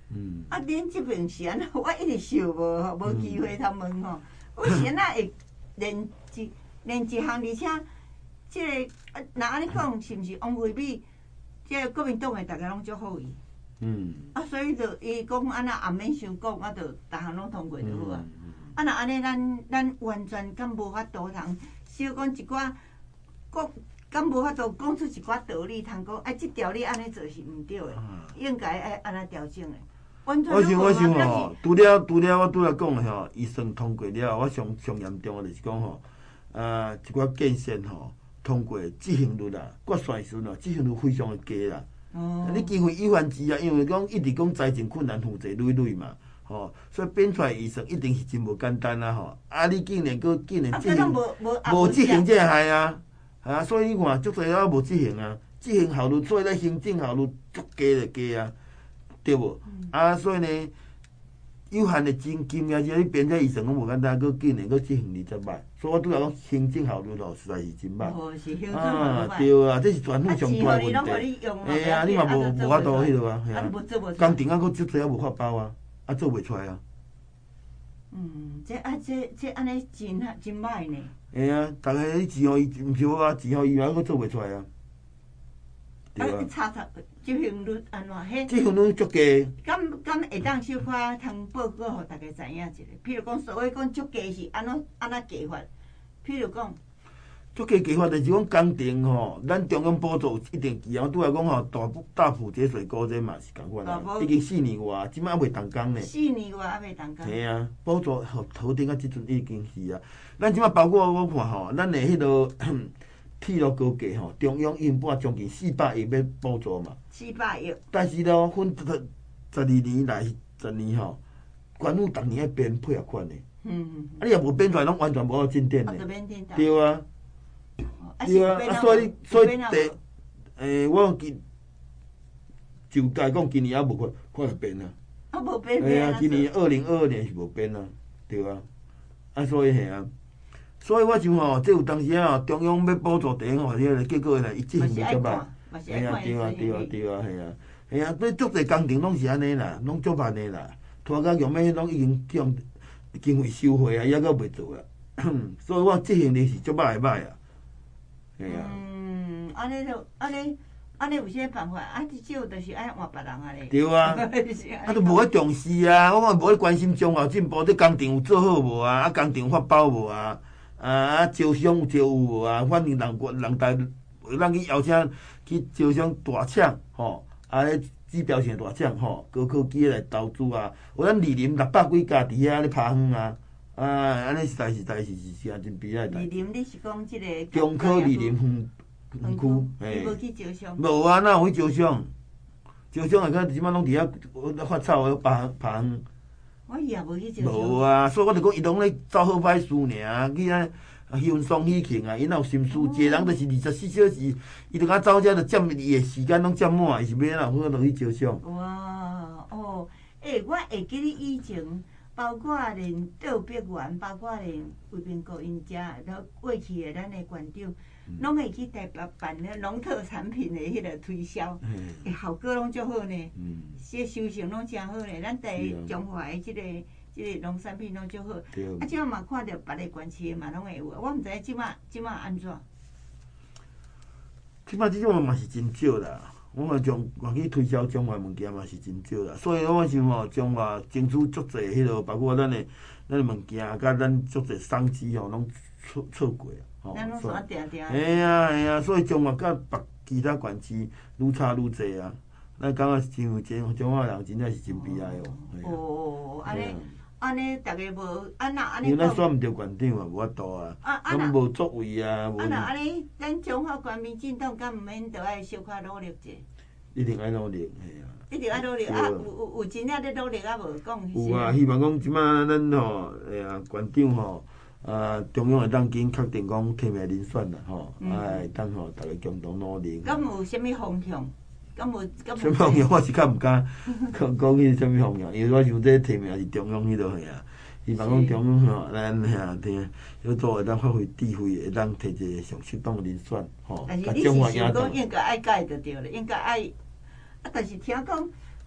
嗯。 啊，恁即边是安怎？我一直想无吼，无机会通问吼。我是安怎会连一连一项，而且即个啊，若安尼讲，是毋是王惠美？即个国民党诶，逐个拢足好伊。嗯。啊，所以就伊讲安那也免想讲，啊，就逐项拢通过就好啊。啊，若安尼，咱咱完全敢无法度通，小讲一寡国。敢无法度讲出一寡道理，通讲哎，即条你安尼做是毋对的，应该爱安那调整的。我想我想吼，除了除了我拄仔讲的吼，预算通过了，我上上严重的就是讲吼，啊一寡建设吼通过执行率啦，决算时咯，执行率非常的低啦。哦。你几乎一番之啊，因为讲一直讲财政困难负债累累嘛，吼，所以编出来预算一定是真无简单啊吼。啊，你竟然佫竟然执行无执行，这害啊！啊，所以你看，足侪啊无执行啊，执行效率，所以咧行政效率足低就低啊，对无？嗯、啊，所以呢，有限的金金啊，即你编这预算拢无简单，佫竟然佫执行力则歹，所以我拄来讲行政效率咯，实在是真歹。 哦，是行政效率歹。 啊，对啊，这是全府上大问题。 哎啊，你嘛无无法度迄落啊，啊，工程啊，佫足侪啊无发包啊，啊做袂出来啊。 嗯，这啊，这这安尼真真歹呢。 哎呀，逐个你钱互伊，毋是我啊，钱互伊嘛，佫做袂出来啊。 对啊。查查执行率安怎？迄执行率足低。 敢敢会当小可通报告，互大家知影一下。譬如讲，所谓讲足低是安怎安怎计法？譬如讲。 足低计法就是讲工程吼，咱中央补助一定期啊。我拄来讲吼，大大埔节水沟这嘛是共款啦，已经四年外，即摆还袂动工呢。 四年外还袂动工。 嘿啊，补助互头顶啊，即阵已经是啊。咱即摆包括我看吼，咱的迄落铁路高架吼，中央已经拨将近四百亿要补助嘛。 四百亿。 但是咯，分十二年来十年吼，官府逐年要编配合款的。嗯嗯。啊，你若无编出来，拢完全无法进展的。对啊。对啊，啊，所以所以第，诶，我今就该讲今年还无看看会变啊。 啊，无变变啊！今年二零二二年是无变啊，对啊。啊，所以吓啊，所以我想吼，这有当时啊，中央要补助第一吼，迄个结果呢，伊执行力较歹。系啊，对啊，对啊，对啊，系啊，系啊，对，足侪工程拢是安尼啦，拢足慢的啦，拖到用尾拢已经将经费收回啊，抑佫袂做啊。所以我执行力是足歹的歹啊。 嗯，安尼就安尼，安尼有啥办法？啊，至少就是爱换别人啊咧。 对啊，啊都无咧重视啊，我看无咧关心中华进步，这工程有做好无啊？啊工程发包无啊？啊啊招商有招有无啊？反正人国人大，咱去邀请去招商大厂吼，啊咧指标性大厂吼，高科技来投资啊，有咱二林六百几家伫遐咧拍远啊。啊，安尼实在实在是是是真悲哀。 二林，你是讲即个？ 中科二林分分区， 嘿。无去招商。 无啊，哪有去招商？招商下个即摆拢伫遐发草拍拍远。 我也无去招商。 无啊，所以我就讲，伊拢咧走好歹事尔，去啊喜丧喜庆啊，因若有心事，一个人就是二十四小时，伊就敢走遮，就占伊的时间拢占满，伊是要哪好落去招商？ 哇哦，诶，我会记你以前。包括连道别园，包括连卫兵国因遮，然后过去的咱的馆长，拢会去台北办咧农特产品的迄个推销，诶，效果拢足好呢。这收成拢真好呢。咱在中华的即个即个农产品拢足好。啊，即摆嘛看到别个县市的嘛拢会有，我毋知影即摆即摆安怎。 即摆即种嘛是真少啦。我看中光去推销中华物件嘛是真少啦，所以我想吼，中华争取足侪迄落，包括咱的咱的物件，甲咱足侪商机吼，拢错错过啊。咱拢煞定定。 嘿啊嘿啊，所以中华甲别其他县市愈差愈侪啊。咱感觉真有真中华人真正是真悲哀哦。 哦，安尼安尼，逐个无安那安尼。 因为咱选毋着县长嘛，无法度啊，拢无作为啊。 啊那安尼，咱中华全民进党敢毋免着爱小可努力者？ 一定爱努力，嘿啊！ 一定爱努力啊！有有有真正咧努力啊，无讲。 有啊，希望讲即摆咱吼，哎呀，县长吼，啊，中央会当紧确定讲提名人选啦，吼，哎，当吼大家共同努力。 敢有啥物方向？敢有？敢有？啥物方向？我是较毋敢讲讲伊啥物方向，因为我想这提名是中央迄落去啊。希望讲中央吼，咱吓听，要做会当发挥智慧，会当摕一个上适当的人选，吼。 但是你是想讲应该爱改就对了，应该爱。啊，但是听讲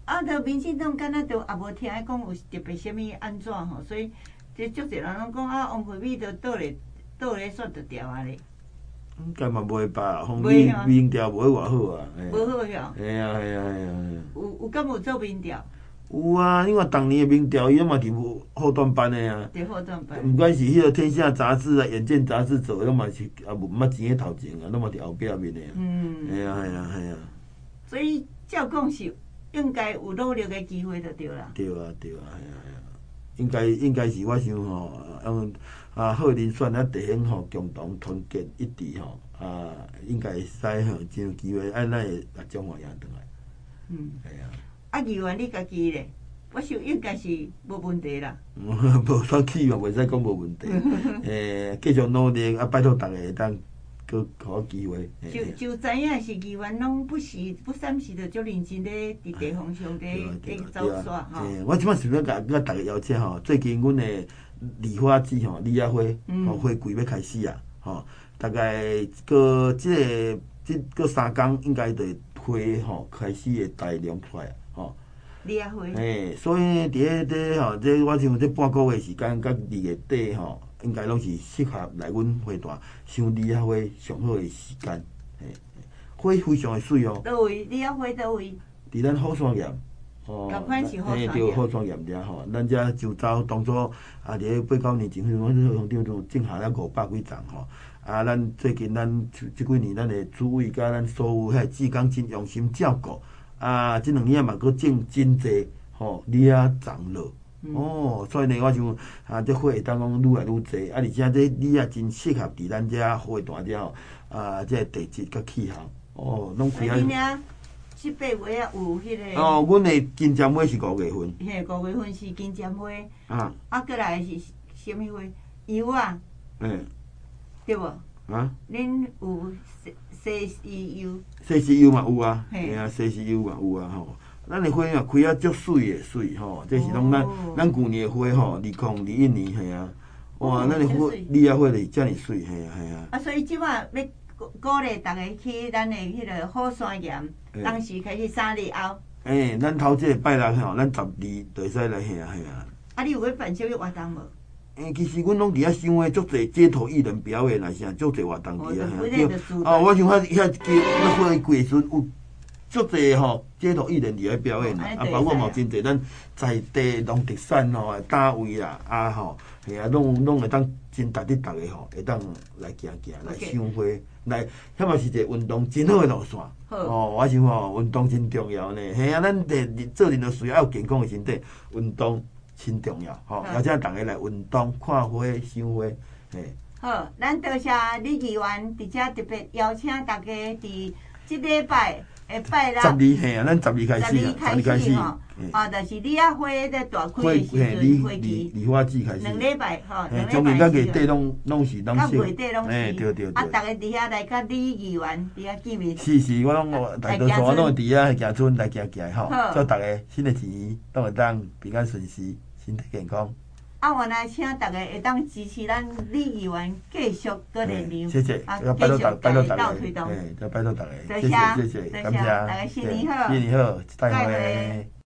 啊，就民进党敢若就也无听讲有特别啥物安怎吼，所以即足侪人拢讲啊，王惠美就倒咧倒咧煞就掉啊咧。 应该嘛袂吧，方民民调无偌好啊。 无好哟。 系啊系啊系啊。 有有敢有做民调？ 有啊，你看当年的民调，伊嘛伫后段班的啊。 伫后段班。 毋管是迄个《天下》杂志啊，《眼见》杂志做的，拢嘛是啊无乜钱的头前啊，拢嘛伫后壁面的啊。嗯。系啊系啊系啊。 所以照讲是应该有努力的机会就对啦。 对啊对啊，系啊系啊。应该应该是我想吼，嗯啊，好人选啊，地方吼共同团结一致吼，啊，应该会使吼，真有机会，按咱会把中华赢转来。嗯，系啊。 啊，议员你家己咧，我想应该是无问题啦。 无选举嘛，袂使讲无问题。诶，继续努力，啊，拜托大家当搁互我机会。 就就知影是议员拢不时不三时就足认真咧伫地方上咧咧走煞吼。 我即摆想要甲甲大家邀请吼，最近阮的梨花季吼，梨仔花吼花季要开始啊，吼，大概过即个即过三工应该就花吼开始会大量出来。吼，梨仔花。嘿，所以伫迄个吼，这我想这半个月时间，甲二月底吼，应该拢是适合来阮花坛赏梨仔花上好的时间。嘿，花非常的水哦。 倒位？梨仔花倒位？ 伫咱后山岩。 哦。同款是后山岩。 嘿，对，后山岩遮吼，咱遮就走当初啊，伫咧八九年前，阮迄个场场种下了五百几丛吼。啊，咱最近咱即几年，咱的主委甲咱所有遐志工真用心照顾。啊，即两年啊嘛，佫种真济吼梨仔长落，哦，所以呢，我想啊，这花会当讲愈来愈济，啊，而且这梨仔真适合伫咱遮花坛遮吼，啊，这地质甲气候，哦，拢开啊。 今年七八月啊，有迄个。 哦，阮的金针花是五月份。 嘿，五月份是金针花。啊。啊，过来是啥物花？柚啊。嗯。对无？啊。恁有西西柚。 西施柚嘛有啊，嘿啊，西施柚嘛有啊吼。咱的花啊开啊足水的水吼，这是拢咱咱旧年的花吼，二零二一年嘿啊。哇，咱的花梨仔花是遮尔水，嘿啊嘿啊。 啊，所以即摆要鼓励大家去咱的迄个后山岩，当时开始三日后。 诶，咱头这个拜六吼，咱十二就会使来嘿啊嘿啊。 啊，你有要办啥物活动无？ 诶，其实阮拢伫遐想诶，足侪街头艺人表演啊，啥足侪活动伫啊。哦，我想遐遐街那花季时阵有足侪吼街头艺人伫遐表演啊，啊，包括嘛真侪咱在地农特产吼单位啦，啊吼，嘿啊，拢拢会当真值得逐个吼会当来行行来赏花，来遐嘛是一个运动真好诶路线。哦，我想吼运动真重要呢，嘿啊，咱得做任何事要有健康诶身体，运动。真重要，吼！邀请大家来运动、看花、赏花，嘿。 好，咱多谢李议员伫遮特别邀请大家伫即礼拜下拜六。 十二嘿啊，咱十二开始啊，十二开始吼，哦，就是梨仔花咧大开诶时阵，花期。 梨花季开始。 两礼拜吼，两礼拜。 从年到月底拢拢是拢是。 到月底拢是。 哎，对对对。 啊，大家伫遐来甲李议员伫遐见面。 是是，我拢大多数我拢会伫遐行村来行行吼，祝大家新的一年都会当平安顺遂。身体健康。 啊，原来请大家会当支持咱李议员继续搁连任， 谢谢， 啊，继续带到推动。 哎，要拜托大家， 谢谢， 谢谢，感谢， 大家新年好， 新年好，再会。